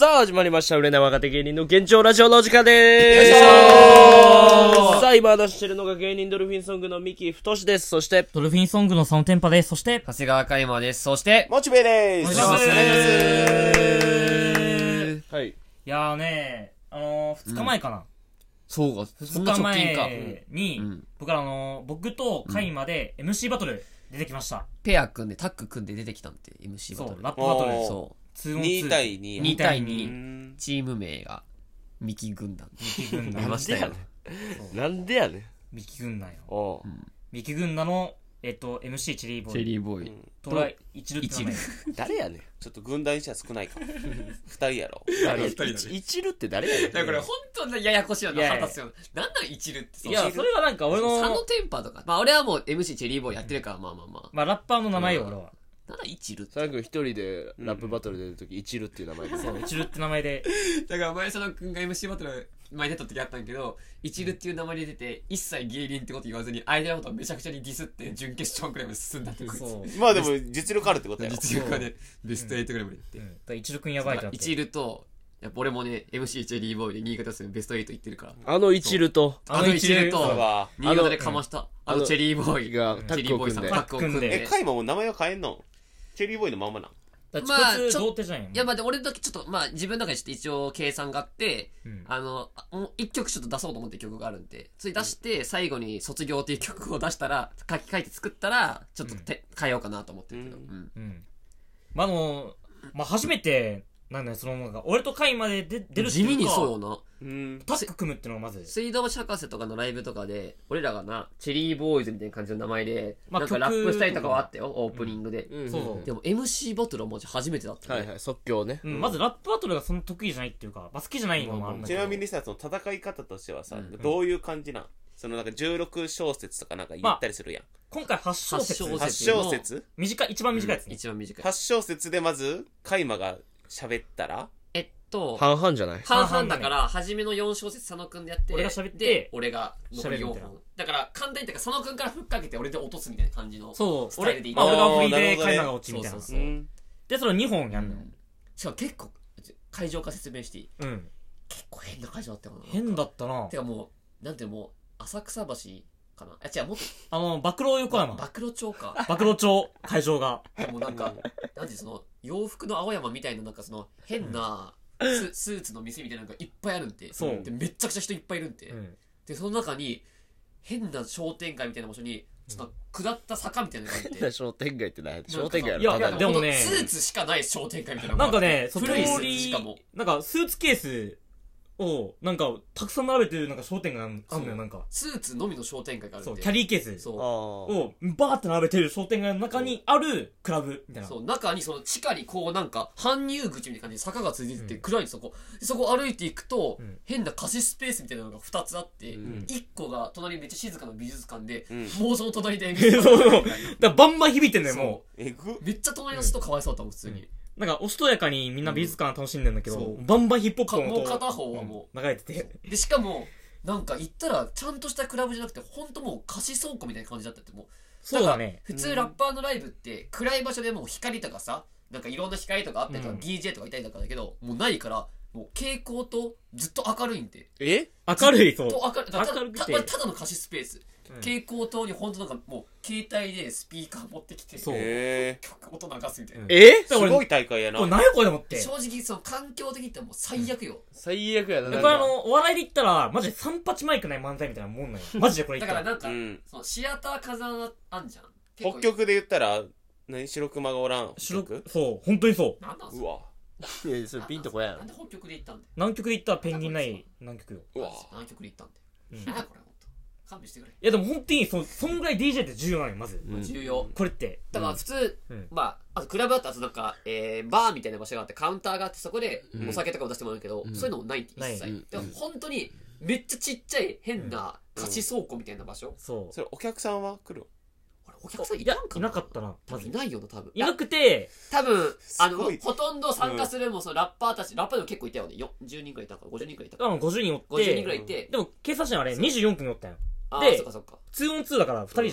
さあ始まりました売れない若手芸人の現状ラジオのお時間でーす。さあ今話してるのが芸人ドルフィンソングの三木太志です。そしてドルフィンソングの佐野天パです。そして長谷川海馬です。そしてモチベでーす。 お願いします。 はい。 いやーね2日前かな、 そうか、そんな 2日直近か。 前に、 うん僕と海馬で MC バトル出てきました。 ペア組んで、タッグ組んで出てきたんで、MC バトル。 そうラップバトルおーそ 2 on 2 2 対2。 2対う 2。 んチーム名が、ミキ軍団。 ミキ軍団出ましたよ。 なんでやねん。 ミキ軍団よ。 おうミキ軍団のMC チェリーボチェーイリーボーイ。 トライ一ルって名前。 誰やねん。 ちょっと軍団にしては少ないか。2人やろ。 一ルって誰やねん。 だからこれ本当にややこしいよな、 いやいや腹立つよ。なんなん一ルって。 いや、それはなんか俺佐野の、 テンパとか。まあ俺はもう MC チェリーボーイやってるから、まあまあまあ。 まあラッパーの名前よ、俺は。 なんだ一ルって。 佐野くん一人でラップバトル出るとき一ルっていう名前で。 そう、一ルって名前で。 だから前佐野くんが MC バトル前出た時あったんけど、一ルっていう名前で出て、一切芸人ってこと言わずに、相手のことをめちゃくちゃにディスって準決勝くらいまで進んだってこいつ。 そう。 まあでも実力あるってことやろ。 実力家でベスト8ぐらいまで行って。 だから一ルくんやばいってなって。 一ルと、やっぱ俺もね、MC チェリーボーイで新潟戦ベスト8行ってるから。 あの一ルとあの一ルと、 そうだ。 新潟でかました。あのチェリーボーイがタッグを組んでチェリーボーイさんタッグを組んで。 カイマも名前は変えんの？チェリーボーイのまんまなん？ だからまあこいつ童貞じゃんよ。 いや、まあ、俺だけちょっと、まあ、自分の中でちょっと一応計算があって、 うん一曲ちょっと出そうと思って曲があるんで、それ出して、最後に卒業っていう曲を出したら、書いて作ったら、ちょっと変えようかなと思ってるけど。 うん。まあ初めて、なんだよ、なんか、俺と会まで出るっていうか地味にそうよな。 うん。 タッグ組むってのがまず。 水道橋博士とかのライブとかで、俺らがな、チェリーボーイズみたいな感じの名前で、 まあなんかラップしたりとかはあったよ、オープニングで。 うんそうそうでも MC バトルはマジ初めてだったね。 はいはい即興ね。 まずラップバトルがそんな得意じゃないっていうか、好きじゃないのもあるんだちけど。 なみにさ、その戦い方としてはさうん、 どういう感じなん？そのなんか16小節とかなんか言ったりするやん。 今回8小節。 8 8小節一番短いやつね。 一番短い。 8小節でまず、カイマが喋ったら半々じゃない？ 半々だから、初めの4小節佐野くんでやって、 俺が喋ってで俺が残り4 喋るみたいな本。だから、簡単に言ったら佐野くんからふっかけて俺で落とすみたいな感じの。 そう、 スタイルでいい俺がフリーであーなるほどね会話が落ちみたいな。 そうそううん。 で、それを2本やんのよ。 しかも結構、会場化説明していい？ うん。 結構変な会場だったよな。 変だったなて。かもう、なんていうのもう、浅草橋かな。違う、もっと、 暴露横山。 暴露町か。 暴露町、会場が。 もうなんか、なんてその、洋服の青山みたいななんかその、変な、スーツの店みたいなのがいっぱいあるんで。 そうで、めっちゃくちゃ人いっぱいいるんで。 うん。 で、その中に、変な商店街みたいな場所に、ちょっと下った坂みたいなのがあって。 商店街って何？商店街やろ。 いやただのでもねスーツしかない商店街みたいなのがなんかね、そ古いスーツ通りしかも。 なんかスーツケースを、なんか、たくさん並べてるなんか商店があんのよ、なんか。 スーツのみの商店街があるんそう、 で。 キャリーケースそう。 あをバーって並べてる商店街の中にあるクラブみたいな。 そう、中にその地下にこうなんか、搬入口みたいな感じで坂がついてて、暗いんですそこ。でそこ歩いていくと、 ん変な貸しスペースみたいなのが2つあって、 ん 1個が隣にめっちゃ静かな美術館で、 んもうその隣でそうそう。だからバンバン響いてんのよ、 そうもえぐ？ めっちゃ隣の人かわいそうだったもん、普通に。 う。なんか、おしとやかにみんな美術館楽しんでんだけど、 そうバンバンヒップホップのもう音片方はも流れてて。 で、しかも、なんか行ったら、ちゃんとしたクラブじゃなくて、ほんともう貸し倉庫みたいな感じだったって、もう。 そうだね。 普通ラッパーのライブって暗い場所でもう光とかさなんかいろんな光とかあったりとか、 うん DJ とかいたりとかだけどもうないからもう蛍光とずっと明るいんでえ？ 明るい、そう。 と明るいただ明るくてただの貸しスペース、蛍光灯にほんとなんかもう携帯でスピーカー持ってきてそうへ曲音流すみたいな、 え？ ー。すごい大会やなこれ。何やこれと思って。 正直その環境的に言ったらもう最悪よ、 最悪やな。 これお笑いで言ったら、マジで38マイクない漫才みたいなもんなんよ。マジでこれ言ったら。 だからなんか、 うんそのシアター風あんじゃん北極で言ったら、白熊がおらん北白極？ そう、本当にそう。 なんなんすかうわ。 いや、それピンとこやなんで北極で行ったんだよ南極で言ったらペンギンない南極よ。 うわ。 南極で行ったんだよ、 うんなんだこれほんと勘弁してくれ、 いやでも本当にそんぐらい DJ って重要なのよ、まず。 うん重要これって。 だから普通、 うんまあ、あとクラブだったらなんか、バーみたいな場所があってカウンターがあってそこでうんお酒とかを出してもらうけど、そういうのもないって一切、 ないでも本当にめっちゃちっちゃい変な貸し倉庫みたいな場所、 そう。 それお客さんは来る？ あれお客さんいいやたん、かないなかったな、まずい。ないよな多分いなくて、 多分ごいほとんど参加するもそのラッパーたちラッパーでも結構いたよね10人くらいいたから50人くらいいたから 50人おって、 50人くらいいて、 でも、警察官あれ24組おったんよ。 あでそっかそっか 2on2 だから2人じゃん。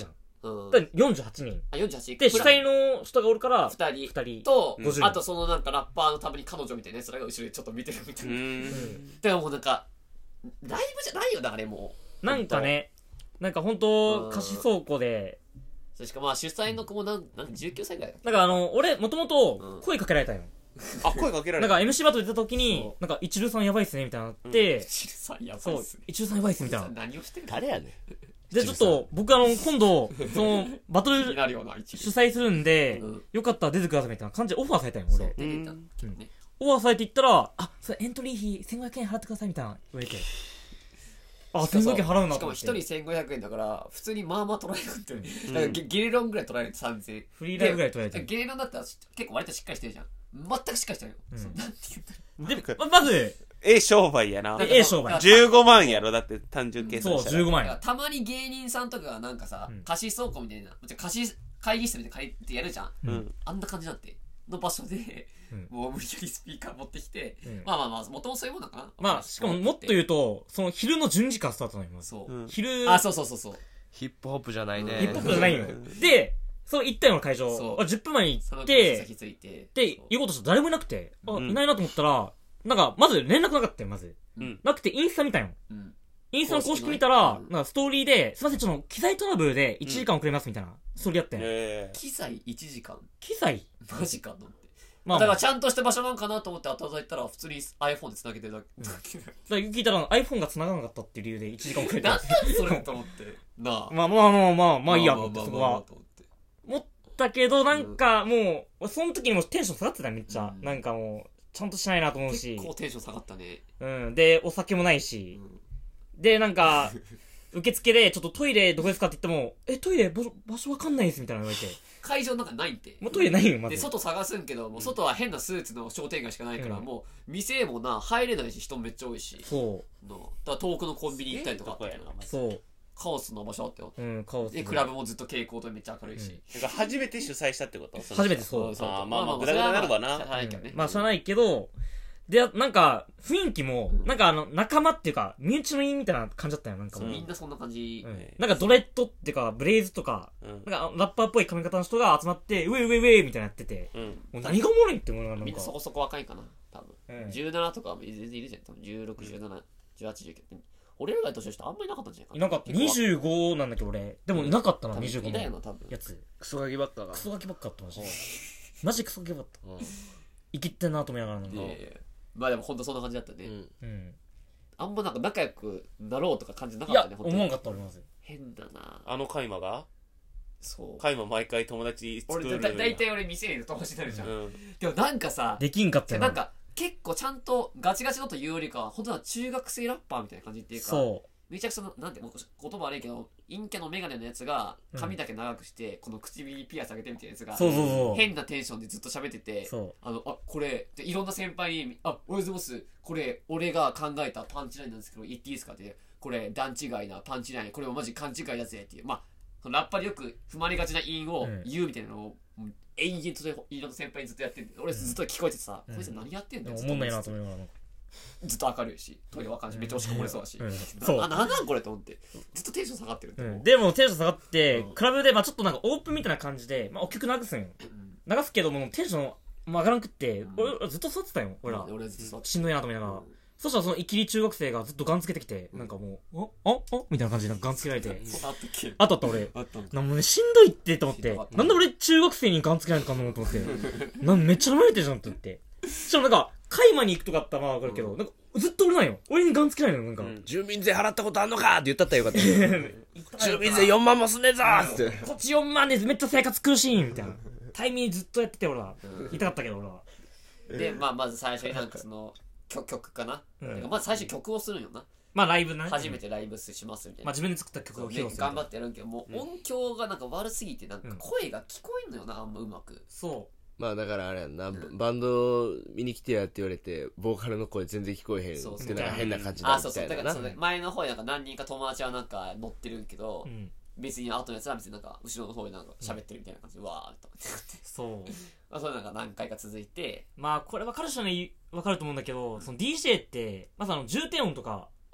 うん。 だから48人。 あ、48。 で、主催の人がおるから、 2人。 2人。 と、 50人あとそのなんかラッパーのために彼女みたいなやつらが後ろでちょっと見てるみたいな。でももうなんか、ライブじゃないよな、あれもう。 なんかね、なんか本当貸し倉庫で、 しかもまあ主催の子もなんか19歳ぐらいだっなんか俺、もともと声かけられたんよ。 あ、声かけられる。 なんか MC バトル出た時にそ、 なんか一流さんやばいっすね、みたいなのあって、 た。さんやばそいうっすね。 一流さんやばいっす、みたいな。 何をしてるの誰やねん。 で、ちょっと、僕今度、その、バトル気になるような一主催するんでうん、 よかったら出てくださいみたいな感じでオファーされたんよ、俺。 出てたけどね。 オファーされて行ったら、あ、それエントリー費1500円払ってくださいみたいな言われて。あ、1500円払うなしかもと思って。 1人1500円だから普通にまあまあ取られるってだからゲレロンぐらい取られる3000円フリーライブぐらい取られてる。 ゲレロンだったら結構割としっかりしてるじゃん全くしっかりしてるよ、 うんそうなんて言ったらで、まず、 商売やな。 商売。 15万やろ、だって単純計そう、 算したら。 15万円。 だからたまに芸人さんとかがなんかさ、 うん貸し倉庫みたいな貸し会議室みたいな借りてやるじゃん、 うん。 あんな感じなんての場所で、 うんもう無理やりスピーカー持ってきて、 うんまあまあまあもともとそういうもんだからまあ、しかももっと言うと、その昼の12時からスタートなのよ、まず。 そう、 うん昼、 あそうそうそうそうヒップホップじゃないね。 ヒップホップじゃないよ。で、その行ったような会場、 そう 10分前にその行って、 先ついてでそう、 言おうとしたら誰もいなくて、あ、 うんいないなと思ったら、なんか、まず連絡なかったよ、まず。 うん。 なくて、インスタ見たよ。 うんインスタの公式見たら、 公式のねなんかストーリーで、すいません、ちょっと機材トラブルで1時間遅れますみたいな、ストーリーやってん。 機材1時間機材マジかと思ってまあ、 だからちゃんとした場所なんかなと思って後々行ったら普通に iPhone で繋げてるだけだから聞いたら iPhone が繋がなかったっていう理由で1時間遅れてなんだそれと思ってなあまあいいやと思って、そこは。 と思って思ったけど、なんかもう、その時にもうテンション下がってためっちゃ。 うんなんかもう、ちゃんとしないなと思うし結。構テンション下がったねうん。で、お酒もないし。で、なんか、受付で、ちょっとトイレどこですかって言っても、トイレ場所わかんないですみたいなの言われて。 会場なんかないってもうトイレないよ、まず。 で外探すんけどもう外は変なスーツの商店街しかないから、 うんもう店もな入れないし人めっちゃ多いしそだから遠くのコンビニ行ったりとかあったけどう。そう。 カオスの場所あったようん、カオス。 でクラブもずっと蛍光灯めっちゃ明るいし、 だから初めて主催したってこと？ 初めてそう。 そうあーまあまあグダグダになるわなそれはまあしゃあないけどねまあ、知らないけど、で、なんか、雰囲気も、なんか仲間っていうか、身内のいいみたいな感じだったよ、なんかもう。 みんなそんな感じ、 うんなんかドレッドっていうか、ブレイズとか、 うん。 なんかラッパーっぽい髪型の人が集まって、ウェイウェイウェイみたいなやってて、 うん。 もう何がおもろいって思うな、なんかみんな。そこそこ若いかな多分、 うん 17とかも全然いるじゃん多分16、17、18、19俺らが年上の人あんまりいなかったんじゃないかいなかった。25なんだけど俺。でもいなかったな、25 多分いないよのな多分やつ。 クソガキばっかがク。ソガキばっかあったマジで。マジクソガキばっかった。 うん生きってんなと思いながらなんか。 まあでも本当そんな感じだったね、 うん。 うん。 あんまなんか仲良くなろうとか感じなかいやったね、本当に思わんかった俺まず。 変だなあのカイマがそうカイマ毎回友達作る俺だいたい俺店にいる友達になるじゃん、 うん。 でもなんかさできんかったよなんか結構ちゃんとガチガチのというよりかは本当は中学生ラッパーみたいな感じっていうかそめちゃくちゃなんてもう言葉悪いけど陰キャのメガネのやつが髪だけ長くして、この唇ピアス上げてみたいなやつがそうそうそう。 変なテンションでずっと喋っててそう。 これでいろんな先輩に「あおはようございますこれ俺が考えたパンチラインなんですけど言っていいですか?」ってこれ段違いなパンチラインこれもマジ勘違いだぜっていうまあそのラッパーでよく踏まれがちな韻を言うみたいなのを、もう延々といろんな先輩にずっとやってんで俺ずっと聞こえててさ、こいつ何やってんだよでも思んないなと思いながらなんか。 ずっと明るいしトイレわかんないしめっちゃ押しこぼれそうだし、 うんそうなんなんこれと思ってずっとテンション下がってるって思う、 でもテンション下がって、 うんクラブで、まあちょっとなんかオープンみたいな感じで、まあお曲流すんよ。流すけども、テンション上がらんくって、俺ずっと座ってたよ、俺ら。 俺ずっと座ってしんどいなと思いながら。そしたらそのイキリ中学生がずっとガンつけてきて、なんかもう、あみたいな感じでなんかガンつけられて。 あったっけあった俺。 あったんだなんもね、しんどいってと思ってしんどかっ。たなんで俺中学生にガンつけられたかんのと思って。めっちゃ舐められてるじゃんって思って。しかもなんか、カイマに行くとかあったらまあわかるけど、なんかずっと俺なんよ。俺にガンつけられるのなんか。 住民税払ったことあんのかって言ったったらよかった。住民税4万もすんねえぞーって。 こっち4万でめっちゃ生活苦しいみたいな。タイミングずっとやってて俺は。言いたかったけど俺は。 で、まあ、まず最初になんかその曲かな、まず最初曲をするんよな、 まあライブね。 初めてライブしますみたいな、 まあ自分で作った曲を披露する。 頑張ってやるんけどもう音響がなんか悪すぎてなんか声が聞こえんのよなあんまうまくそまあだからあれやんな、バンド見に来てやって言われて、ボーカルの声全然聞こえへんそうそうってなんか変な感じだそうそうみたいなな。 だから前の方になんか何人か友達はなんか乗ってるけど、 う。うん。 別に後のやつは別になんか後ろの方でなんか喋ってるみたいな感じでわーっと思ってそう。 まあそれなんか何回か続いてまあこれ分かる人に分かると思うんだけど、その DJ って、まず重低音とか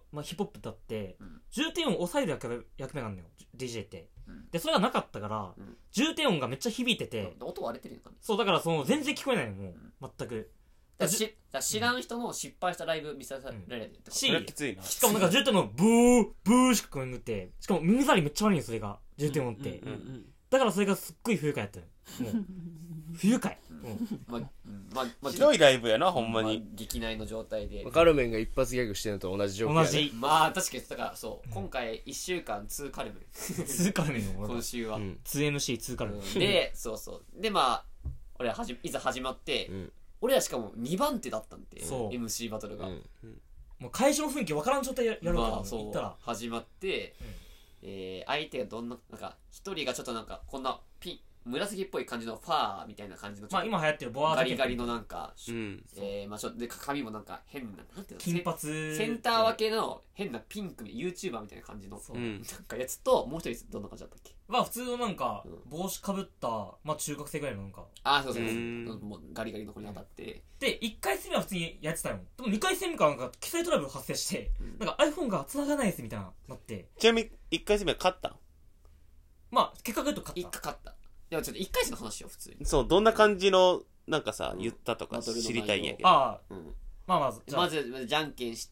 まあ、ヒップホップだってうん重点音を抑える役目なんだよ DJ って、 うんでそれがなかったから、 うん重点音がめっちゃ響いてて、 音割れてるよな。 そうだからその全然聞こえないのもう、全くだから知らん人の失敗したライブ見せられるってこと。 しそれはきついな。 しかもなんか重点のブーブーしか聞こえなくて、しかも耳障りめっちゃ悪いんよそれが重点音って、 うんだからそれがすっごい不愉快やったのもう不愉快、 まあひどいライブやな、ほんままあに。 激内の状態で。 カルメンが一発ギャグしてるのと同じ状況やね。 同じまあ確かにだからそう今回1週間2カルメン 2からねの今週は。 うん 2MC2 からね、 でそうそうでまあ俺らいざ始まって、 うん俺らしかも2番手だったんでそう MC バトルが、 うんもう会場の雰囲気わからん状態やるから、 まあそう行ったら始まって、相手がどんななんか一人がちょっとなんかこんな紫っぽい感じのファーみたいな感じのちょっとまあ今流行ってるボワーガリガリのなんか、 うん。 まあちょっとで髪もなんか変ななんていうの金髪センター分けの変なピンクみ YouTuber みたいな感じのそううん。 なんかやつともう一人どんな感じだったっけ。 まあ普通のなんかうん帽子かぶったまあ中学生ぐらいのなんかあそうそうそううんもうガリガリの子に当たって、 で1回戦目は普通にやってたよ。でも2回戦目からなんか機材トラブル発生して、なんか iPhone が繋がないですみたいななって、 ちなみに、1回戦目は勝ったん？ まあ結果が言うと勝一った回勝った。でもちょっと1回戦の話よ普通に。 そう、どんな感じの、なんかさ、 うん言ったとかバトルの知りたいんやけど。 ああうんまあまずじゃあ、 まずじゃんけんして、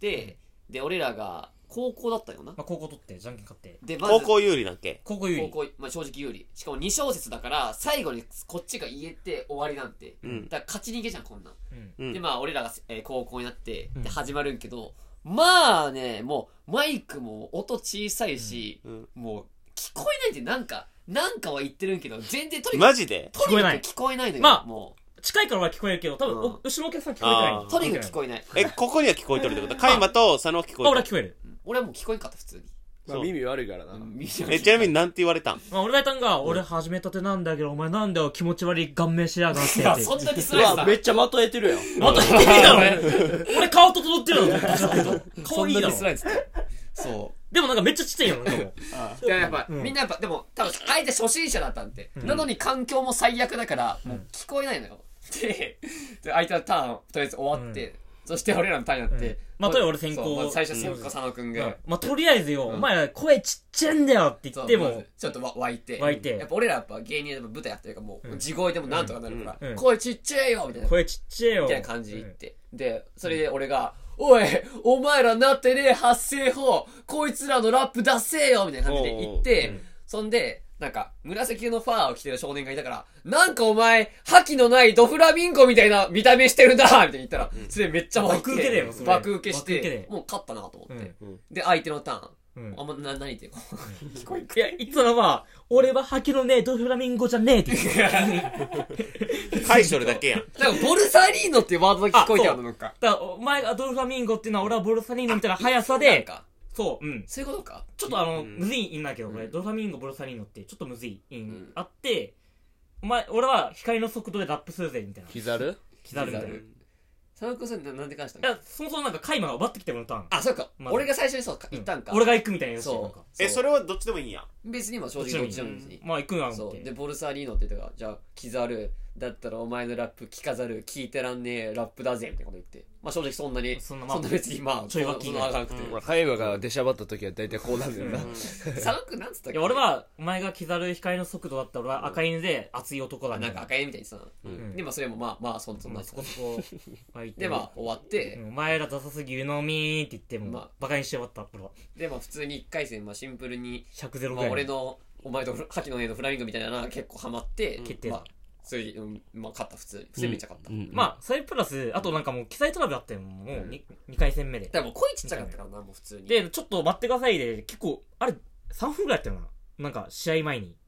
で俺らが高校だったよな。 まあ、高校取ってじゃんけん勝ってでまず高校有利なんけ。 高校有利高校、まあ、正直有利。しかも2小節だから最後にこっちが言えて終わりなんて、 うんだから勝ち逃げじゃんこんなん、 うんうんでまあ俺らが、高校になってうんで始まるんけど、まあねもうマイクも音小さいし、 うん。 もう聞こえないってなんかは言ってるんけど全然とにかくマジでとにかく聞こえないのよ。 まあも近いからは聞こえるけど多分、 うん後ろのお客さん聞こえてないあーうとにかく聞こえない。 え、ここには聞こえとるってこと？カイマと佐野は聞こまあ俺えとる。 は聞こえる、 俺はもう聞こえんかった普通に。 まあ耳悪いからな。 え、ちなみになんて言われたん？ まあ、俺が言ったんが、俺始めたてなんだけどお前なんだよ気持ち悪い顔面しやがっていやってそんなにスうわライスだめっちゃまとえてるやん。 また言ってみだろ俺顔整ってるだろ顔いいだろそんなにスライスだそうでもなんかめっちゃちっちゃいよなんかもうでやっぱ、 うんみんなやっぱでも多分相手初心者だったんで、 うんなのに環境も最悪だからもう聞こえないのよ、で相手のターンとりあえず終わって、そして俺らのターンになって、 うんまあとりあえず俺先行そうまず最初先行佐野くんが、 まあとりあえずよ、 うんお前声ちっちゃいんだよってそう言っても、 まずちょっと湧いて湧いてやっぱ俺らやっぱ芸人でも舞台やってるからもう、地声でもなんとかなるから、 うん声ちっちゃいよみたいな声ちっちゃいよみたいな感じで言って、でそれで俺がおいお前らなってねえ発声法こいつらのラップ出せよみたいな感じで言って、 うんそんでなんか紫のファーを着てる少年がいたからなんかお前覇気のないドフラミンゴみたいな見た目してるんだみたいに言ったら、それめっちゃ湧いて爆受けだよそれ爆受けし爆受けでてもう勝ったなと思って、 うんで相手のターン、 うんあんま何言ってるか聞こえんいやいつもは俺は覇気のねえドフラミンゴじゃねえって言って返しとるだけやん。 なんかボルサリーノっていうワードが聞こえてあるのかだからお前がドフラミンゴっていうのは俺はボルサリーノみたいな速さなんでかそうそういうことかちょっとむずいんだけどこれ、ドルファミンゴボルサリーノってちょっとむずいんあって俺は光の速度でラップするぜみたいなキザル刻るみたいな佐野くんそれなんで返したいのやそもそもなんかカイマが奪ってきてもらったんあそうか、 まず俺が最初にそう言ったんか、 俺が行くみたいなやつそうなんかえ、それはどっちでもいいんや。 別に今正直どっちでも別にまあ行くんや思ってそうでボルサリーノって言ったからじゃあキザルだったらお前のラップ聞かざる聞いてらんねえラップだぜみたいなこと言ってまあ正直そんなにそんな別にまあちょい脇そんな上がなくて、 ほら会話が出しゃばった時は大体こうなんだよな。 佐野くんなんつったっけいや俺はお前が刻る光の速度だったら俺は赤犬で熱い男だみたいななんか赤いみたいにさ、 んでまあそれもまあそんなそこそこ入ってでまあ終わって、 お前らダサすぎるのみーって言ってもまあバカにして終わった俺はでまあ普通に1回戦まあシンプルに 100ゼロぐまあらい俺のお前と覇気のねえのフラミンゴみたいなのが結構ハマって、 決定まあそれで、まあ勝った普通にめっちゃ勝った、 まあそれプラスあとなんかもう機材トラブルあったよもう 2回戦目でだからもう声ちっちゃかったからなもう普通にでちょっと待ってくださいで結構あれ3分ぐらいやったよななんか試合前に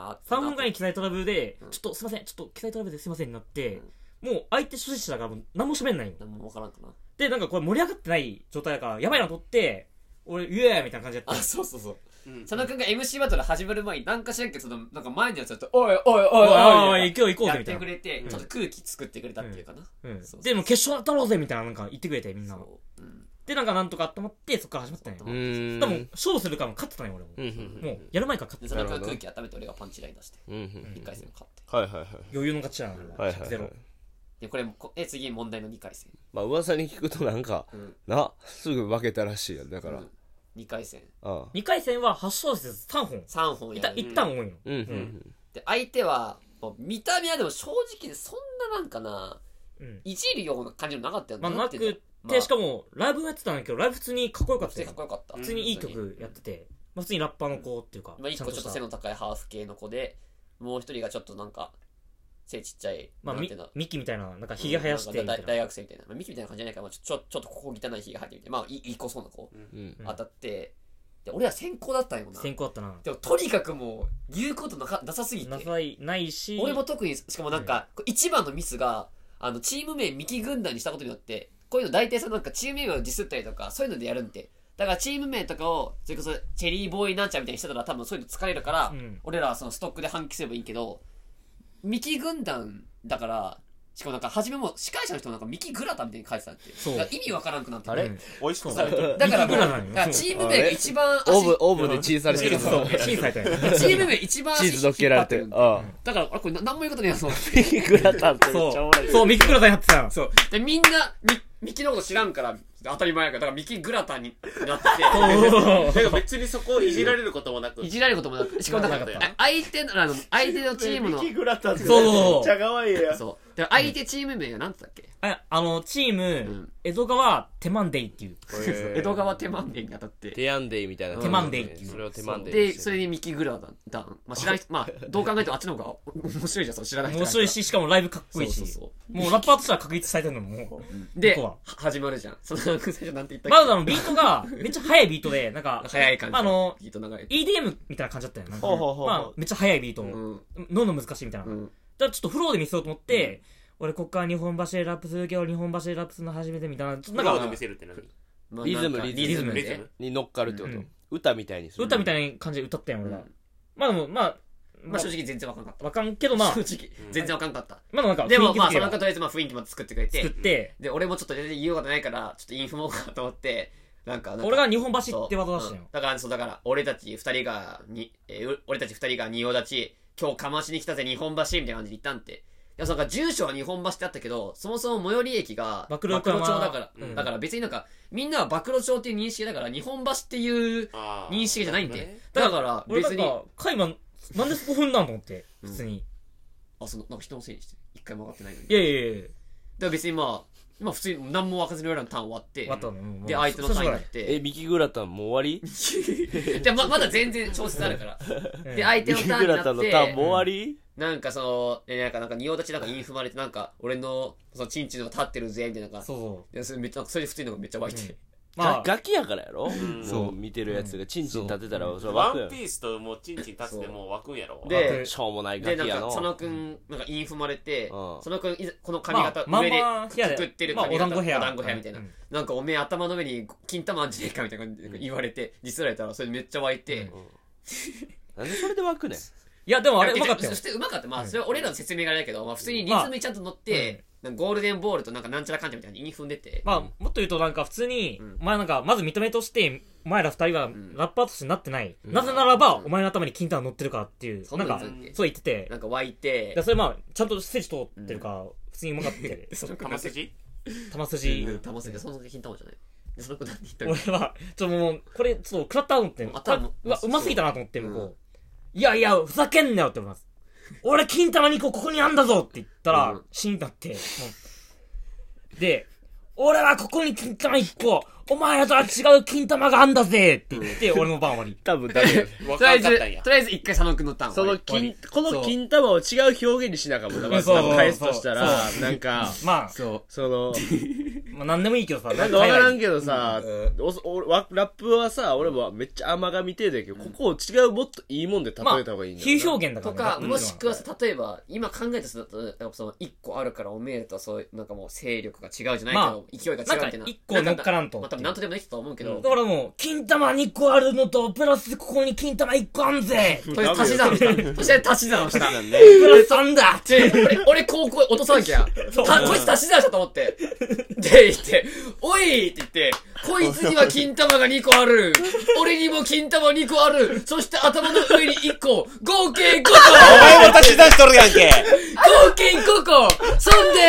3分ぐらいに機材トラブルでちょっとすいませんちょっと機材トラブルですいませんになってもう相手初心者だからもう何も喋んないの何も分からんかなでなんかこれ盛り上がってない状態だからやばいなと思って俺イエーイみたいな感じやったそうそうそううん佐野くんが MC バトル始まる前になんか知らんけどそのなんか前のやつだとおいおいおいおいおい行こうぜやっみたいなてくれてちょっと空気作ってくれたっていうかなうんそうでも決勝だろうぜみたいななんか言ってくれてみんなそううんでなんかなんとか温まってそっから始まったんようーん。 多分勝負するからも勝ってたんよ俺もうんうんもうやる前から勝ってたで佐野くんが空気温めて俺がパンチライン出してうんうん。 1回戦勝ってはいはいはい。 余裕の勝ちだなはいはい 100ゼロはい。 でこれ次問題の2回戦。 まあ噂に聞くとなんか、すぐ負けたらしいよ。だから。 2回戦。 2回戦は8小節3本。 3本やる。 一旦多いの。 で、相手は、見た目はでも正直そんななんかな、いじるような感じのなかったよね。 なくて、しかも、ライブやってたんだけど、ライブ普通にかっこよかったよ。 かっこよかった。 普通にいい曲やってて、普通にラッパーの子っていうか。 1個ちょっと背の高いハーフ系の子で、もう一人がちょっとなんか、背ちっちゃい、 ミキみたいな、なんかヒゲ生やして大学生みたいな。ミキみたいな感じじゃないから、ちょっとここ汚いヒゲ生えてみて、まあ、いい子そうな子、当たって、で、俺は先行だったんよな。 先行だったな。 でも、とにかくもう、言うことなさすぎて。 ないし。 俺も特に、しかもなんか、一番のミスが、チーム名ミキ軍団にしたことによって、こういうの大体なんかチーム名をディスったりとか、そういうのでやるんで。だからチーム名とかを、それこそ、チェリーボーイなんちゃらみたいにしてたら多分そういうの疲れるから、俺らはそのストックで反撃すればいいけど、ミキ軍団だから、しかもなんか、初めも司会者の人もなんかミキグラタンみたいに書いてたって。そう。意味わからんくなって。 あれ美味しくされてる。 だからもう、チーム名が一番オーブンでチーズされてる。 そう。チーズされてる。 チーム名一番チーズ乗っけられてる。 だから、これ何も言うことねえやつ。 ミキグラタンってめっちゃおもろい。 そう、ミキグラタンやってた。 そう。で、みんな、ミキのこと知らんから、当たり前やから、だからミキグラタンになってて。 でも別にそこをいじられることもなく。 いじられることもなく。しかもなんか、相手のチームの。 ミキグラタンってめっちゃ可愛いや。 そう。で、相手チーム名が何て言ったっけ？ チーム、江戸川テマンデイっていう。 江戸川テマンデイに当たって。 テヤンデイみたいな。 テマンデイっていう。 それをテマンデイ。 で、それにミキグラタン。まあ知らない、まあ、どう考えてもあっちの方が面白いじゃん、知らない人。 面白いし、しかもライブかっこいいし。もうラッパーとしては確立されてるのもう。 で、始まるじゃん。その最初なんて言ったっけ？ まだビートが、めっちゃ速いビートで、なんか、 速い感じ。 ビート長い。EDM みたいな感じだったよ。なんか、まあ、めっちゃ速いビート。脳の難しいみたいな。だからちょっとフローで見せようと思って、俺こっから日本橋でラップするけど、日本橋でラップするの初めてみたいな。 フローで見せるって何？ リズムに乗っかるってこと。歌みたいにする。 歌みたいな感じで歌ったやん、俺が。まあでも、まあ正直全然わかんなかった。 わかんけどまあ。 正直、全然わかんなかった。 まあなんか、 でもまあ、その中とりあえずまあ雰囲気まで作ってくれて。 作って。 で、俺もちょっと全然言うことないから、ちょっとインフもかと思って、なんか俺が日本橋って技出したよ。 だから俺たち二人が仁王立ち、今日かましに来たぜ日本橋みたいな感じで言ったんって。いや、なんか住所は日本橋ってあったけど、そもそも最寄り駅が暴露町だから、だから別になんか、みんなは暴露町っていう認識だから、日本橋っていう認識じゃないんで。だから別に。 カイマン、なんでそこ踏んだんと思って、普通に。 なんか人のせいにして、一回も分かってないのに。 いやいやいや。 だから別にまあ普通に何も分かずに俺らのターン終わって、で、相手のターンになって。 ミキグラタンもう終わり？で、まだ全然調節あるから。で、相手のターンになって。ミキグラタンのターンもう終わり？なんかなんか仁王立ちなんかインフまれてなんか、俺の、チンチンのが立ってるぜ、みたいななんか。 そう。 それで普通のがめっちゃ湧いて。 ガキやからやろ？そう見てるやつがチンチン立てたらそれワンピースともうチンチン立つでもう湧くんやろ？ で、 しょうもないガキやの。 で、なんか佐野くんなんかイン踏まれて、佐野くんこの髪型上で作ってる髪型お団子ヘアみたいな。なんかおめえ頭の上に金玉あんじゃねえかみたいな感じで言われて、ディスられたらそれめっちゃ湧いて。 なんでそれで湧くねん？ いやでもあれうまかったよ。 そしてうまかった。まあそれは俺らの説明があれだけど、まあ普通にリズムにちゃんと乗って、ゴールデンボールとなんかなんちゃらかんちゃみたいに踏んでて。 まあ、もっと言うとなんか普通に、お前なんか、まず認めとして、お前ら二人はラッパーとしてなってない。なぜならば、お前の頭に金玉乗ってるからっていう。なんか、そう言ってて。 なんか湧いて。 それまあ、ちゃんと筋通ってるから、普通にうまかったけど。 玉筋？ 玉筋。 玉筋。その金玉じゃない。その子何言った俺は、もう、これ、ちょっと食らったと思って。うわ、うますぎたなと思って、向こう。いやいや、ふざけんなよって思います。俺、金玉2個ここにあんだぞって言ったら、シーンだって。で、俺はここに金玉1個、お前らとは違う金玉があんだぜって言って、俺の番終わり。 多分ダメだ。 とりあえず一回佐野くんのターン。 この金玉を違う表現にしなかもな。返すとしたら、なんか、 まあ、まあ何でもいいけどさ、 なんかわからんけどさ、ラップはさ、俺もめっちゃ甘噛み程度やけど、ここを違うもっといいもんで例えた方がいいんだよ。 比喩表現だから。 とか、もしくはさ、例えば、今考えた人だと、なんかその1個あるからおめえとはそういう、なんかもう勢力が違うじゃないけど、勢いが違うみたいな。 1個乗っからんと。 まあ多分なんとでもできたと思うけど。 だからもう、金玉2個あるのと、プラスここに金玉1個あんぜそれ足し算をした。そして足し算をした。 プラス3だ俺高校落とさなきゃ。こいつ足し算したと思って。で、言って、おいって言って、こいつには金玉が2個ある。俺にも金玉2個ある。そして頭の上に1個。合計5個。 お前も足し算しとるやんけ。 合計5個。そんで、プ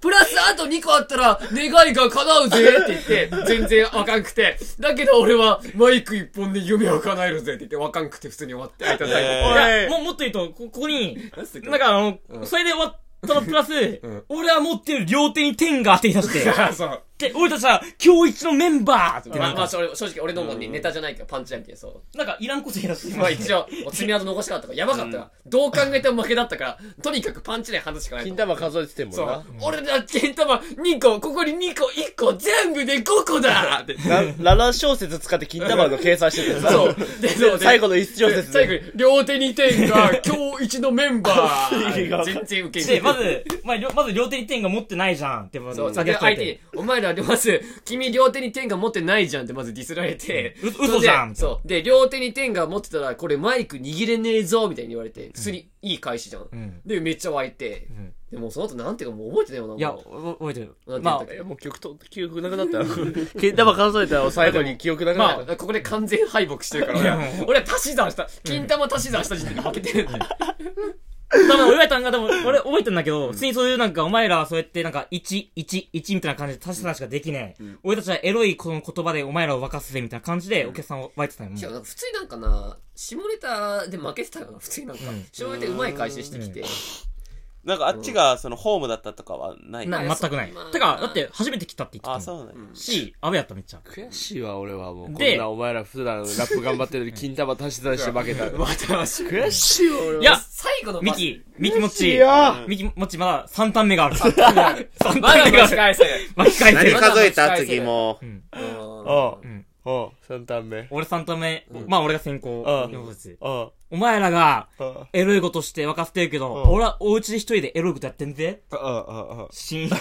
プラスあと2個あったら願いが叶うぜって言って全然わかんくて、だけど俺はマイク1本で夢を叶えるぜって言ってわかんくて普通に終わって相手のタイいやもっと言うとここになんかそれで終わったのプラス、俺は持ってる両手に天が当て出してそうで俺たちは今日一のメンバーってまあ正直俺のもネタじゃないからパンチラインみたいな、そうなんかいらんこと言い出してまあ一応爪痕残しかったからやばかったわ、どう考えても負けだったからとにかくパンチライン外すしかない。 金玉数えててんもんな。 俺だ金玉2個、ここに2個1個全部で5個だって 7小節使って金玉の計算しててさ。 そうで最後の1小節最後に両手に天が今日一のメンバー全然受け入れでまず両手に天が持ってないじゃんってそう相手にお前らまず君両手に天が持ってないじゃんってまずディスられて、 嘘じゃんそうで両手に天が持ってたらこれマイク握れねえぞみたいに言われて、普通にいい返しじゃん、でめっちゃ湧いて、でもその後なんていうかもう覚えてないよな。 いや覚えてる。 まいやもう記憶なくなったよ。金玉数えたら最後に記憶なくなった。 まあここで完全敗北してるから俺は足し算した金玉足し算した時点で負けてるんだよ。 俺覚えてんだけど、普通にそういうなんか、お前らはそうやってなんか、1みたいな感じで足し算しかできねえ。俺たちはエロいこの言葉でお前らを沸かすぜみたいな感じでお客さんを湧いてたよ。 いや、普通になんかな、下ネタで負けてたよな、普通になんか。下ネタうまい返ししてきて。 なんかあっちがそのホームだったとかはない全くない。てか、だって初めて来たって言ってたあ、 の。 そうね。 し、アベやっためっちゃ。 悔しいわ、俺はもう。こでんなお前ら普段ラップ頑張ってるのに金玉足し算して負けた。 悔しいわ、俺は。 いや、 最後のミキもっち、ミキもっちまだ3ターン目がある。3 まだ巻き返せる。 巻き返せる。 何数えた次も 3ターン目。 俺3ターン目。まあ俺が先行。 お前らが、エロいことして沸かせてるけど、俺はお家で一人でエロいことやってんぜ。シーン。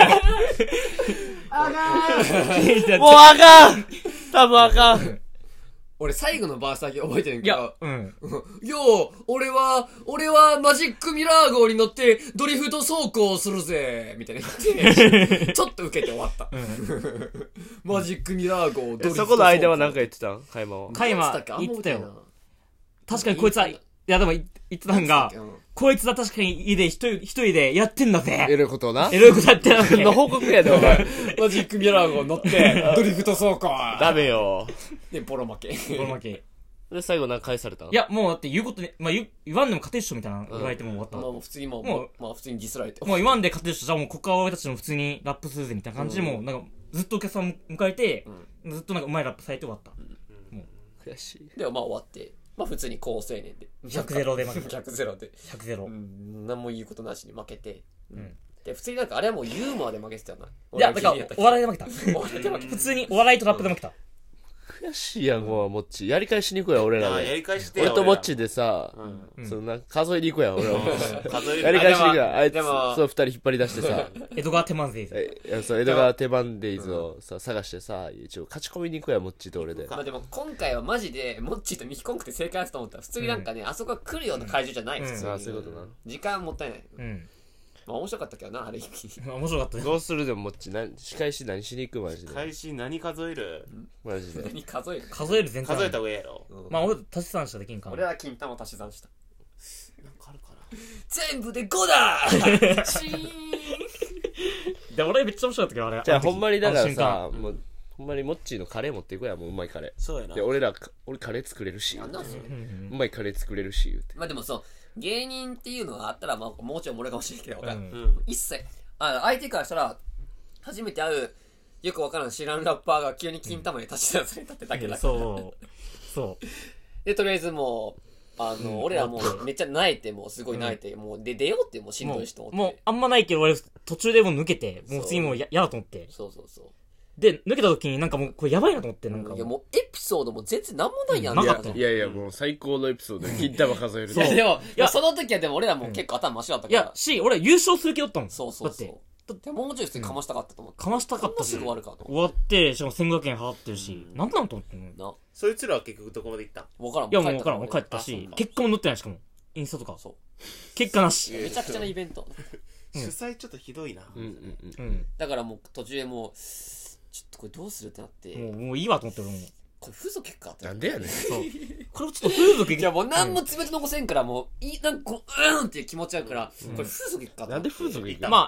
もうあかん多分あかん。 俺最後のバースだけ覚えてるんけど。よう、 俺はマジックミラー号に乗ってドリフト走行するぜみたいな言って、ちょっと受けて終わった。マジックミラー号、ドリフト走行。 そこの間は何か言ってたんカイマは。 カイマ言ってたよ。確かにこいつは、いやでも言ってたんが、こいつは確かに家で一人でやってんだぜ。 エロいことをな。 エロいことやってんだぜ。 の報告やで、お前。 マジックミラー号乗って、ドリフト走行。 ダメよ。 で、ボロ負け。 で、最後何返されたんいや、もうだって言うことね、まあ言わんでも勝てるっしょみたいな言われても終わった。 まあ普通にまあ普通にディスられて。 もう言わんで勝てるっしょ、じゃあもうここは俺たちの普通にラップするぜみたいな感じでもう、なんかずっとお客さん迎えて、ずっとなんかうまいラップされて終わった。 悔しい。 でもまあ終わって、まあ普通に高青年で。 100-0で負けた。 100-0で。 100-0。 何も言うことなしに負けて。で、普通になんかあれはもうユーモアで負けてたよな。 いや、だからお笑いで負けた。普通にお笑いとラップで負けた。 悔しいやん、もう、もっち。やり返しに行こうや、俺らで。 やり返して俺ともっちでさ、そんな、数えに行こうや、俺ら。 数えやり返しに行くや。あいつ、 でもそう、二人引っ張り出してさ。 江戸川手満勢ぜ。 いや、そう、江戸川手番デイズをさ、探してさ、一応、勝ち込みに行こうや、もっちと俺で。 まあでも今回はマジで、モッチーとミキコンクって正解だと思ったら、普通になんかね、あそこが来るような会場じゃない、普通に。 あ、そういうことな。 時間もったいない。まあ面白かったけどな、あれ意味。 面白かったね。 どうするでももっち、仕返し何しに行くマジで。 開始何数えるマジで。 何数える数える全体。 数えた方がいいやろ。 まあ俺足し算したらできんかな。 俺は金玉足し算した。 なんかあるかな。 全部で5だシーンで、俺めっちゃ面白かったけど、あれ。 じゃあほんまにだからさ、もう、ほんまにモッチーのカレー持っていこうや、もううまいカレー。 そうやな。 で、俺カレー作れるし。 なんだそれ。 うまいカレー作れるし、言うて。 まあでもそう、芸人っていうのがあったら、まあもちろん俺かもしれんけど、 うん。 一切、相手からしたら、初めて会う、よくわからん知らんラッパーが急に金玉に立ち出されたってだけだから。 そう。 で、とりあえずもう、俺らもうめっちゃ泣いて、もうすごい泣いて、もう、で、出ようってもうしんどいしと思って。 もう、あんまないけど俺途中でもう抜けて、もう次もう嫌だと思って。 そうそうそう。 で、抜けた時になんかもうこれやばいなと思って、なんか。 いやもうエピソードも全然なんもないやん。 なかったいやいや、もう最高のエピソードで金玉数える。 いやでも、いやその時はでも俺らも結構頭真っ白だったから。 いや、俺優勝する気だったもん。 そうそうそう。だってもうちょい普通にかましたかったと思って。 かましたかったし。 すぐ終わるかと終わって、しかも1500円払ってるし、なんなんと思ってんの。 な。 そいつらは結局どこまで行ったん？ わからん。 いやもうわからん、帰ったし、結果も載ってないしかも。インスタとか。そう。結果なし。 めちゃくちゃなイベント。 主催ちょっとひどいな。 だからもう途中でもう、ちょっとこれどうするってなって。 もういいわと思ってるもん。 これ風俗結果ってなんでやねん。そう。 これちょっと風俗いやもう何も詰めて残せんからもう、なんかこう、っていう気持ちあるから、これ風俗結果って。 なんで風俗行った？ まあ、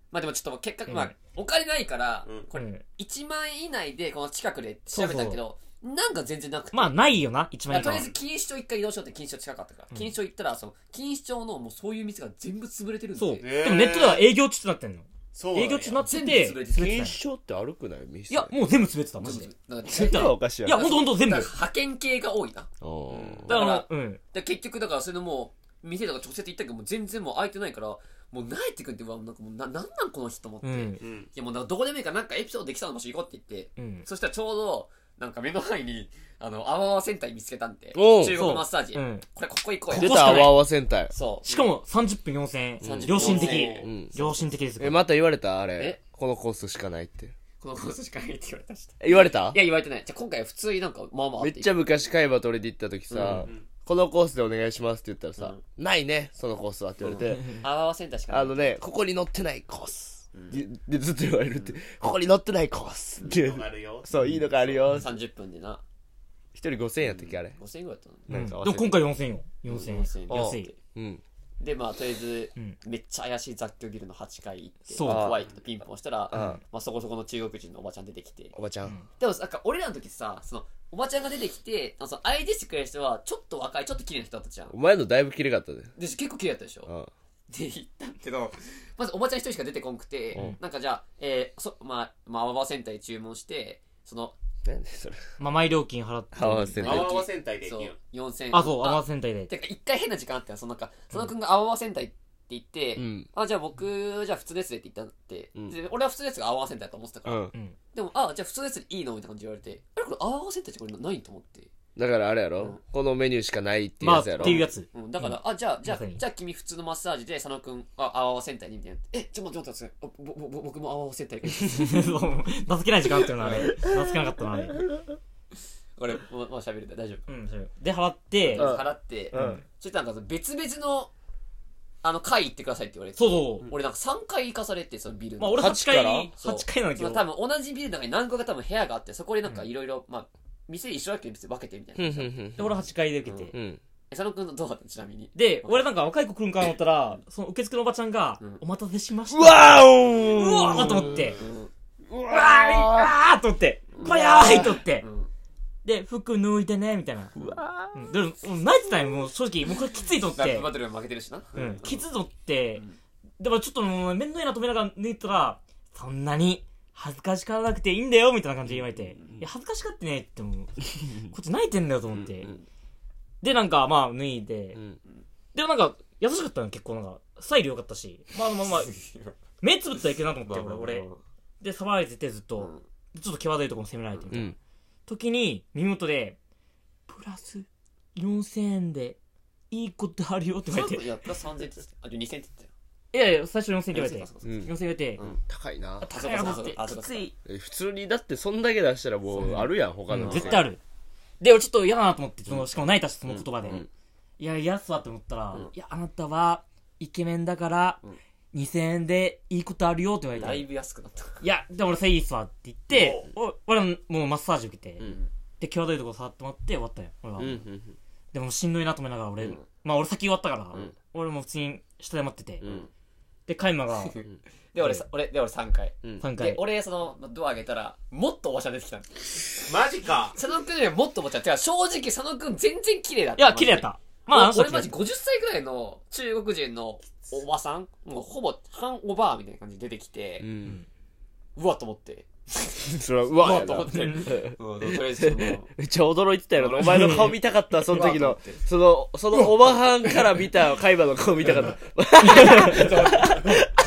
まあでもちょっと結果、 うんまあお金ないから、 うんこれうん 1万円以内でこの近くで調べたけど、なんか全然なくて。 まあないよな一まあとりあ万円かえず錦糸町一回移動しようって錦糸町近かったから、錦糸町行ったら、その錦糸町のもうそういう店が全部潰れてるんで。 そうへーでもネットでは営業中ってなってんのそうなんや営業中になって全て部潰れてる。 検証って歩くない店いやもう全部滑ってたマジでだから全部はおかしいやいやほんとほんと全部だから派遣系が多いな。だかだからだうんら結局だからそれのもう、店とか直接行ったけど、もう全然もう空いてないから、もう慣れてくんって、うわ、なんかもうなんなんこの人と思って。いうんやもうなんかどこでもいいからなんかエピソードできそうな場所行こうって言って、 うんそしたらちょうど、なんか目の前に、あわわセンター見つけたんで、 おう中国マッサージ。 うんこれここ行こう出よ。 たあわあわ戦隊。 そう。 しかも30分4000円 30 良心的うん良心的ですまた言われたあれえ。 このコースしかないって。 このコースしかないって言われたし。 言われたいや、言われてない。じゃあ今回は普通になんか、まあまああってめっちゃ昔海馬と俺で行った時さ、このコースでお願いしますって言ったらさ、ないね、そのコースはって言われて、 あわわセンターしかない。 あのね、ここに乗ってないコース。でずっと言われるって、ここに乗ってないコースっていう。 あるよ。 そう、いいのがあるよ。 30分でな。 一人5000円やったっけあれ。 5000円ぐらいだったの。 うんでなんか忘れても今回4000よ4000円 4000円安いうん。 で、まあ、とりあえず、 うんめっちゃ怪しい雑居ビルの8階行って、 そう怖いってピンポンしたら、 うんまあ、そこそこの中国人のおばちゃん出てきて。 おばちゃん。 でも、なんか、俺らの時さ、その、おばちゃんが出てきて、その相手してくれる人は、ちょっと若い、ちょっと綺麗な人だったじゃんお。前のだいぶ綺麗かったで。 で、結構綺麗だったでしょ。 うん。 で、行ったけど、まずおばちゃん一人しか出てこんくて、 うんなんかじゃあ、まあ、アワワセンターで注文して、その、 なんでそれ。 まあ前料金払って合わせて。 あわわ戦隊でそう行けよ。、 4000 あそうアマセンタイでてか、一回変な時間あったよ。そのなんか、その君がアワワセンターって言って、 うん。 あ、じゃあ僕、じゃあ普通ですって言ったって、 うんで俺は普通ですがアワワセンターだと思ってたから、 うん。 うんでも、あ、じゃあ普通ですでいいのみたいな感じで言われて、あれこれアワワセンターってこれないと思って。 だからあれやろ、 うんこのメニューしかないっていうまあっやつやろ、 ていうやつうん、だから、あ、じゃあまさに君普通のマッサージで、佐野くん、アワワセンターにみたいな。ちょっと待ってください。僕もアワワセンター行く。 そう情けない時間あったよなあれ情けなかったなあれ俺、もう喋るで大丈夫。 うんそうで払ってうん払って、 うんそしたらなんか別々の、階行ってくださいって言われて。 そうそう俺なんか3回行かされて、そのビルの。 まあ俺8 8から階そう 8階なんだけど多分同じビルの中に何個か多分部屋があって、そこでなんかいろいろ、まあ、店一緒だけど別に分けてみたいな。 で俺8階で受けてうん。 佐野くんのどうだったちなみに。 で俺なんか若い子来るんかなと思ったらその受付のおばちゃんがうんお待たせしましたうわうーわーと思ってうん。 うわーあーと思って早いと思ってうん。 で服脱いでねみたいなうんでも泣いてたよもう正直もうこれきついと思ってラップバトル負けてるしな。 うんきついと思ってでもちょっともう面倒いなと思いながら脱いだらそんなに恥ずかしがらなくていいんだよみたいな感じで言われていや恥ずかしがってねってもうこっち泣いてんだよと思ってでなんかまあ脱いでうんでもなんか優しかったの結構なんかスタイル良かったしまあ目つぶったらいけるなと思って俺で騒いでてずっとちょっと際どいところ攻められてみたいなうん時に耳元でプラス4000円でいいことあるよって言われていや、プラス3000って言ってた。あ、2000って言ってたよ。 いやいや最初4000って言われてそうそうそううん 4000言われて高いな高いなってあそうかきつい普通にだってそんだけ出したらもうあるやん他の店絶対あるで俺ちょっと嫌だなと思ってしかも泣いたしその言葉でうんいや嫌っすわって思ったらいやあなたはイケメンだから2000円でいいことあるよって言われてだいぶ安くなった。 いやでも俺それいいっすわって言って俺はもうマッサージ受けてんで際どいとこ触ってもらって終わったよ俺はうんうんでもしんどいなと思いながら俺まあ俺先終わったから俺も普通に下で待っててうんでカイマがで、俺3回。 3 で回、 俺、その、ドア開けたら、もっとおばちゃん出てきたの。 マジか。 佐野くんよりもっとおばちゃん。てか、正直佐野くん全然綺麗だっいた。 や綺麗やったまああの人俺マジ50歳ぐらいの中国人のおばさんもうほぼ半おばあみたいな感じで出てきてう、んうわと思って。 それはうわやなうわと思って。とりあえずもう、 めっちゃ驚いてたよなお前の顔見たかったその時のうわそのおばはんから見た海馬の顔見たかった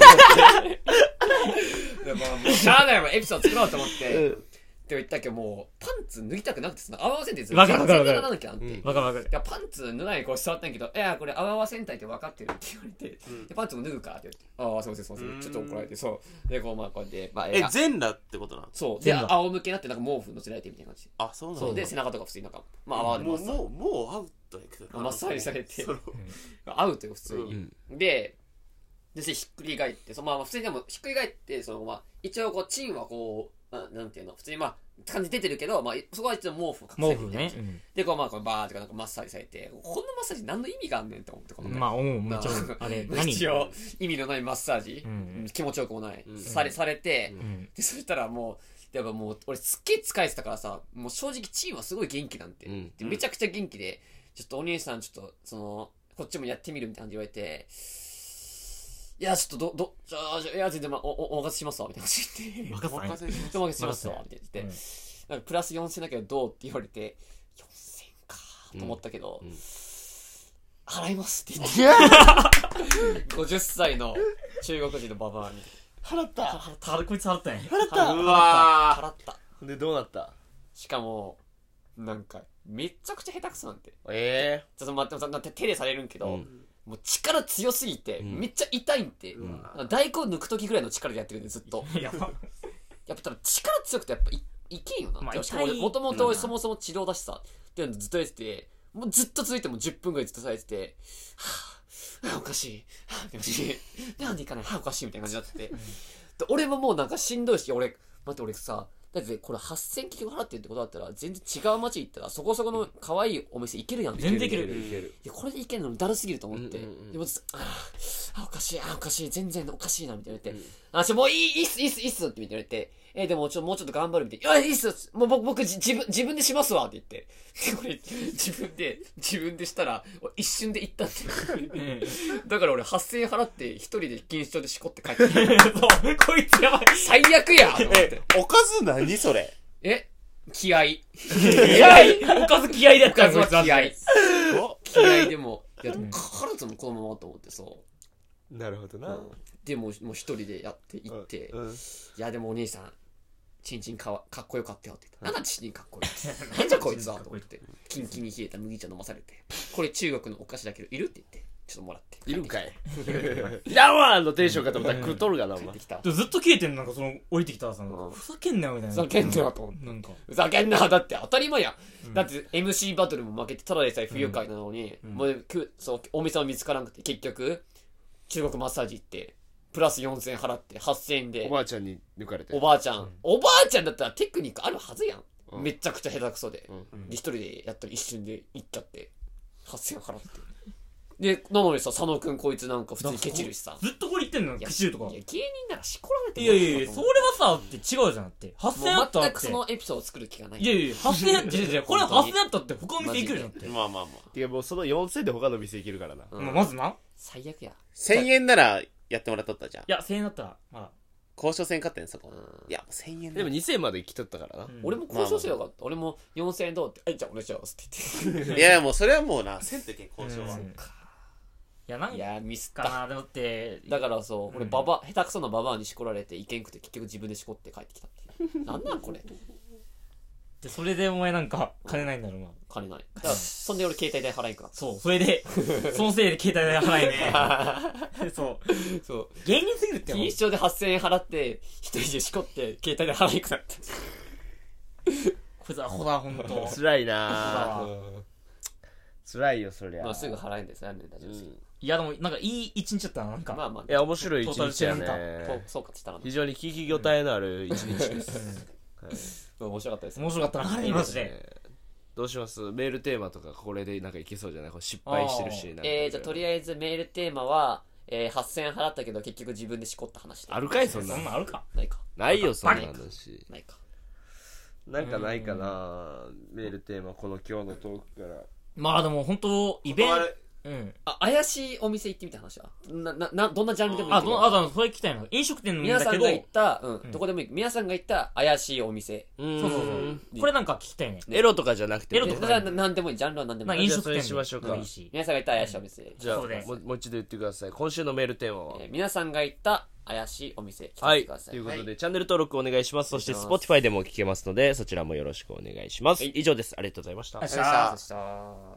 でもうしゃあないもんエピソード作ろうと思って。 うんって言ったけどもう、パンツ脱ぎたくなくてその泡せんってわかるわかるわかる全然ならなきゃなんて。 わかるわかるいや、パンツ脱がないでこう座ったんやけど、いや、これ、あわわ戦隊って分かってるって言われて、でパンツも脱ぐかって言って、ああ、すいません、すいません、ちょっと怒られて、そう。で、こう、まあ、こうやって、まあ、 全裸ってことなの？ そう。で、 全裸仰向けになって、なんか毛布乗せられてみたいな感じ。 あ、そうなそう。 の？ で、背中とか普通になんか、まあ、泡でマッサージ。 もうアウトやけどな。 マッサージされてそのアウトよ、普通に。で、そしてひっくり返って、そのまあ、普通にでも、ひっくり返って、そのまあ、一応こう、チンはこう、 なんていうの、普通にまあ、感じ出てるけど、まあ、そこは一応毛布を毛隠されてる布ね。 で、こうまあ、こうバーってなんかマッサージされて、こんなマッサージ何の意味があんねんって思って、このまあ、もちろん、あれ、何一応、意味のないマッサージ、 うん気持ちよくもない、 んされて、 うん。 で、そしたらもう、やっぱもう、俺すっげえ疲れてたからさ、もう正直チームはすごい元気なんて。 うんでめちゃくちゃ元気で、ちょっとお兄さんちょっと、こっちもやってみるみたいな感じで言われて、いや、ちょっといや、全然お任せしますわ、みたいな感じで言って。 任せないお任せしますお任せしますわ、みたいな言って。なんかプラス4000だけどどうって言われて、4000かと思ったけど、払いますって言って。50歳の中国人のババアに。 払ったこいつ払ったね。 払ったうわ払った。 で、どうなった？ しかも、なんか、めっちゃくちゃ下手くそなんて。 えちょっと待って、手でされるんけど、 うんもう力強すぎて、 んめっちゃ痛いんて。大根抜く時ぐらいの力でやってるんで、ずっと。 やば。 やっぱ多分力強くてやっぱいけんよな。 まあしかも痛いもともとそもそも治療だしさ、っていうのずっとやってて、もうずっと続いても10分ぐらいずっとされてて、はぁ、おかしい。はぁ、おかしい。なんでいかないはぁ、おかしいみたいな感じになってて。で俺ももうなんかしんどいし、待って俺さ、だってこれ8000結局払ってるってことだったら、全然違う街行ったら、そこそこの可愛いお店行けるやん。 全然いける。 いや、これでいけるのだるすぎると思って。 うんうんうんでもおかしい、おかしい、全然おかしいな、みたいな言って。もういいっすって言われて。でももうちょっと頑張るみたいな。いいっすもう僕自分でしますわって言って。で、これ、自分でしたら、一瞬で行ったって。だから俺8000円払って一人で錦糸町でしこって帰ってきた。 そう、こいつやばい。 最悪やと思って。 おかず何それ？ 気合。 おかず気合でやったよ、こいつは。 気合。気合でも、いやでも、かからずもこのままと思ってさ。 なるほどな。 でもう一人でやっていって、 うん。 いやでもお兄さん、チンチンかっこよかったよって言って、なんだチンチンかっこいい。なんじゃこいつはと思って、キンキンに冷えた麦茶飲まされて、これ中国のお菓子だけどいるって言って、ちょっともらって。 いるんかい。いらんわのテンションかと思ったら食っとるがな、お前帰って。きた。 ずっと消えてんの、なんか降りてきたらさ、 んふざけんなよ、みたいな。 ふざけんなよと思って。 なんか。 ふざけんなだって当たり前やん。だって MC バトルも負けてただでさえ不愉快なのに、もうお店は見つからなくて、結局、中国マッサージ行って、プラス4000円払って8000円でお、ばあちゃんに抜かれて。 おばあちゃんだったらテクニックあるはずやん。めちゃくちゃ下手くそで。で、一人でやったら一瞬で行っちゃって、8000円払って。で、なのにさ、佐野くんこいつなんか普通にケチるしさ。 ずっとこれ言ってんの、 いやケチるとか。 いや、芸人ならしこられていやいやいや、それはさ、って違うじゃんって。8000円あったらって。 全くそのエピソードを作る気がない。 いやいや、8000円って、いやこれ8000円あったって他の店行けるじゃんって。 まあまあまあ。 てかもうその4000で他の店行けるからな。 まずな。 最悪や。 1000円ならやってもらっとったじゃん。 いや、1000円だったら、まだ。 交渉戦勝ってんそこ。いや、1000円でも2000まで来とったからな。 俺も交渉せよかった。俺も4000円どうって、じゃあお願いしますって言って。 いや、もうそれはもうな、1000ってけ交渉は。 いや、なんいや、ミスった。 かな、でもって。 だからそう、俺下手くそなババアにしこられていけんくて結局自分でしこって帰ってきたっていう。なんなんこれ。 で、それでお前なんか、金ないんだろうな。 金ない。だから、そんで俺携帯代払えんくなった。 そう、それで、そのせいで携帯代払えねそう。 そう。 芸人すぎるって錦糸町で8000円払って、一人でしこって携帯代払えんくなった。 こいつアホだ、ほんと。 辛いなう辛いよ、そりゃ。 まあすぐ払えんです。大丈夫です。 いや、でも、なんかいい一日だったな、なんか。 まあまあ、 いや、面白い一日やトータルね。 そうかって言ったら非常に聞き応えのある一日です。 面白かったです。 面白かったな、あれ、マジで。 どうしますメールテーマとかこれでなんかいけそうじゃないこれ失敗してるし。なんかじゃあとりあえずメールテーマは、8000円払ったけど結局自分でしこった話で。 あるかいそんなそんなんあるか。 ないか。 ないよ、そんな話。 ないか。 なんかないかなメールテーマ、この今日のトークから。 まあでも、ほんと、イベント。うん。 怪しいお店行ってみた話はどんなジャンルでもいいあ、 けど。 それ聞きたいな。飲食店の皆さんが行どった、どこでもいい。皆さんが行った怪しいお店。 そうそうそう。これなんか聞きたいね。 エロとかじゃなくて。 エロとかだから何でもいい。ジャンルは何でもいい。 飲食店じゃあそれしましょうかいいし。 皆さんが行った怪しいお店。 じゃあそうでもう一度言ってください。今週のメールテーマは。 皆さんが行った怪しいお店。聞かはい。 せてください。 ということで、チャンネル登録お願いします。そして、Spotify でも聞けますので、そちらもよろしくお願いします。以上です。ありがとうございました。 ありがとうございました。